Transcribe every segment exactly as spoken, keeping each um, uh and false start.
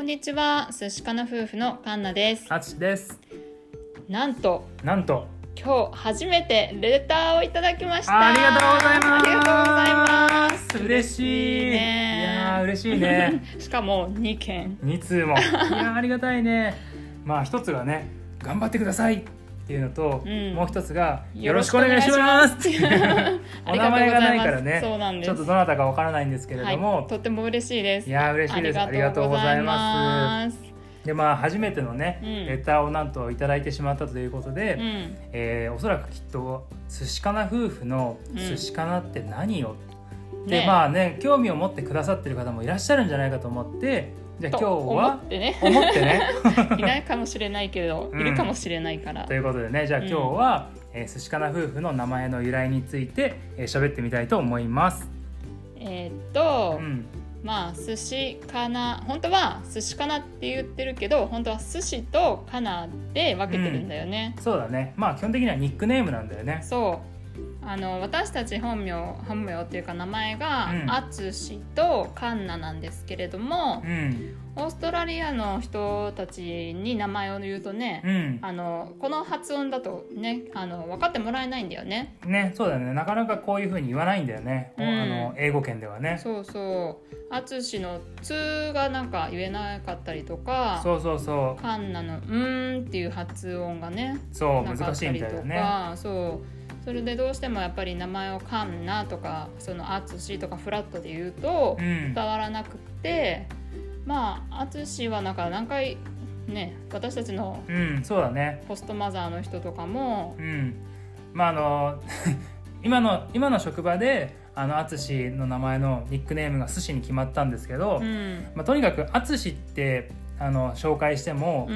にちは、寿司かな夫婦のカンナです。 あつしです。 なんとなんと今日初めてレターをいただきました。 ありがとうございます。 ありがとうございます。 嬉しいね。いやー嬉しいねしかもにけんに通もいやーありがたいね。まあ一つがね、頑張ってくださいっていうのと、うん、もう一つがよろしくお願いしますお名前がないからね、 そうなんです。 ちょっとどなたかわからないんですけれども、 はい、とても嬉しいです。 いやー嬉しいです。ありがとうございます。でまあ、初めてのね、うん、レターをなんといただいてしまったということで、うん、えー、おそらくきっと寿司かな夫婦の寿司かなって何よ、うん、で、ね、まあね興味を持ってくださってる方もいらっしゃるんじゃないかと思って、じゃあ今日は思ってね思ってねいないかもしれないけど、うん、いるかもしれないからということでね、じゃあ今日は、うんえー、寿司かな夫婦の名前の由来について喋、えー、ってみたいと思います。 えー、っと、うんまあ寿司かな、本当は寿司かなって言ってるけど、本当は寿司とかなで分けてるんだよね、 うん、そうだね。まあ基本的にはニックネームなんだよね。 そうあの私たち本名本名っていうか名前があつしとかんななんですけれども、うん、オーストラリアの人たちに名前を言うとね、うん、あのこの発音だとねあの分かってもらえないんだよね。 ね、そうだよね。なかなかこういう風に言わないんだよね、うん、あの英語圏ではね。 そうそうあつしのつがなんか言えなかったりとか、 そうそうそうかんなのうーんっていう発音がねそう難しいみたいだね。 そうそれでどうしてもやっぱり名前をかんなとかそのあつしとかフラットで言うと伝わらなくて、うん、まああつしはなんか何回ね私たちのホストマザーの人とかも、 うん、まああの今の今の職場であのあつしの名前のニックネームが寿司に決まったんですけど、うんまあ、とにかくあつしってあの紹介しても、うん、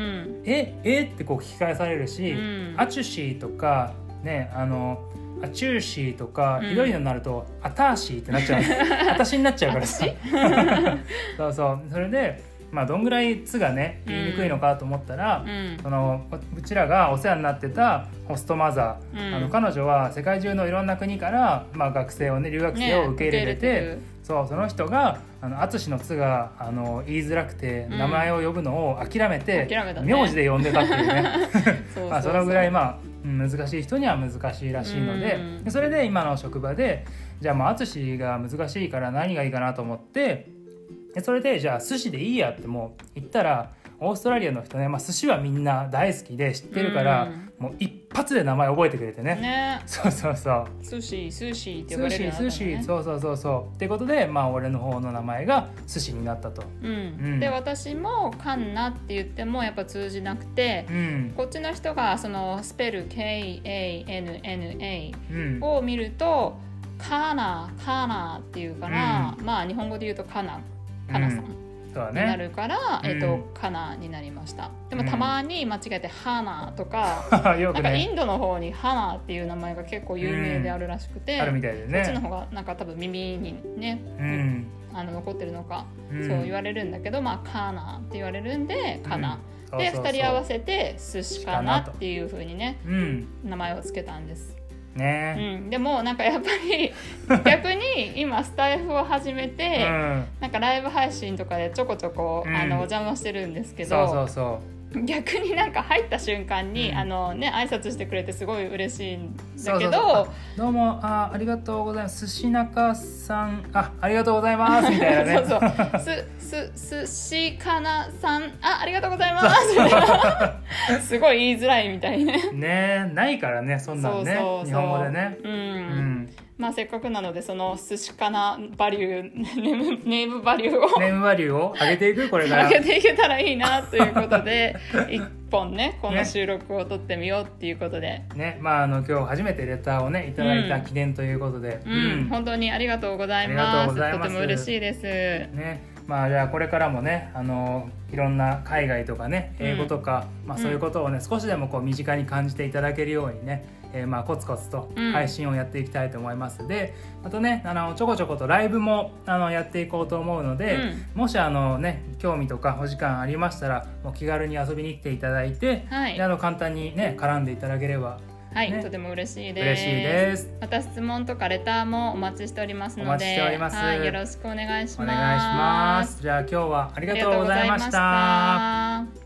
ええってこう聞き返されるし、うん、あちゅしとかね、あのアチューシーとか、うん、ひどいのになるとアターシーってなっちゃう私になっちゃうからさそうそうそれで、まあ、どんぐらい「つ」がね言いにくいのかと思ったら、うん、そのうちらがお世話になってたホストマザー、うん、あの彼女は世界中のいろんな国から、まあ、学生をね留学生を受け入れてて、ね、そうその人があの淳の「つ」があの言いづらくて、うん、名前を呼ぶのを諦めて、ね、名字で呼んでたっていうねまあそのぐらいまあ難しい人には難しいらしいので、うん、それで今の職場でじゃあもう淳が難しいから何がいいかなと思って、それでじゃあ寿司でいいやってもう言ったら、オーストラリアの人ね、まあ、寿司はみんな大好きで知ってるから、うん、もう一発で名前覚えてくれてね。ね、そうそうそう。 寿司寿司って呼ばれるようになったのね。 寿司寿司そうそうそうそうってことで、まあ俺の方の名前が寿司になったと。 うんうん、で私もカンナって言ってもやっぱ通じなくて、うん、こっちの人がそのスペル ケーエーエヌエヌエー を見ると、うん、カナカナっていうから、うん、まあ日本語で言うとカナカナさん。うんになるから、うんえーと、カナになりました。でもたまに間違えてハナとか、うん、よくね、なんかインドの方にハナっていう名前が結構有名であるらしくて、 うん、あるみたいでね。 そっちの方がなんか多分耳にね、うん、あの残ってるのか、うん、そう言われるんだけど、まあカナって言われるんでカナ、うん、でふたり合わせて寿司かなっていう風にね、うん、名前をつけたんですね。うん、でもなんかやっぱり逆に今スタイフを始めて、うん、なんかライブ配信とかでちょこちょこ、うん、あのお邪魔してるんですけど、 そうそうそう逆になんか入った瞬間に、うん、あのね挨拶してくれてすごい嬉しいんだけど、そうそうそうどうも あ, ありがとうございます寿司中さん あ, ありがとうございますみたいなねそうそうすすすしかなさんあありがとうございますすごい言いづらいみたいねねないからねそんなんね、そうそうそう日本語でね、うん、 うんまあ、せっかくなのでその寿司かなバリューネーム、ネームバリューをネームバリューを上げていくこれから上げていけたらいいなということで一本ねこの収録を撮ってみようっていうことでね, ねまああの今日初めてレターをねいただいた記念ということで、 うんうんうん、本当にありがとうございますとても嬉しいですね。まあじゃあこれからもねあのいろんな海外とかね英語とか、うんまあ、そういうことをね、うん、少しでもこう身近に感じていただけるようにね、えー、まあコツコツと配信をやっていきたいと思います、うん、であとねあのちょこちょことライブもあのやっていこうと思うので、うん、もしあのね興味とかお時間ありましたらもう気軽に遊びに来ていただいて、はい、であの簡単にね絡んでいただければはい、ね、とても嬉しいです。 嬉しいです。 また質問とかレターもお待ちしておりますので、お待ちしております。 はい、よろしくお願いします。 お願いします。じゃあ今日はありがとうございました。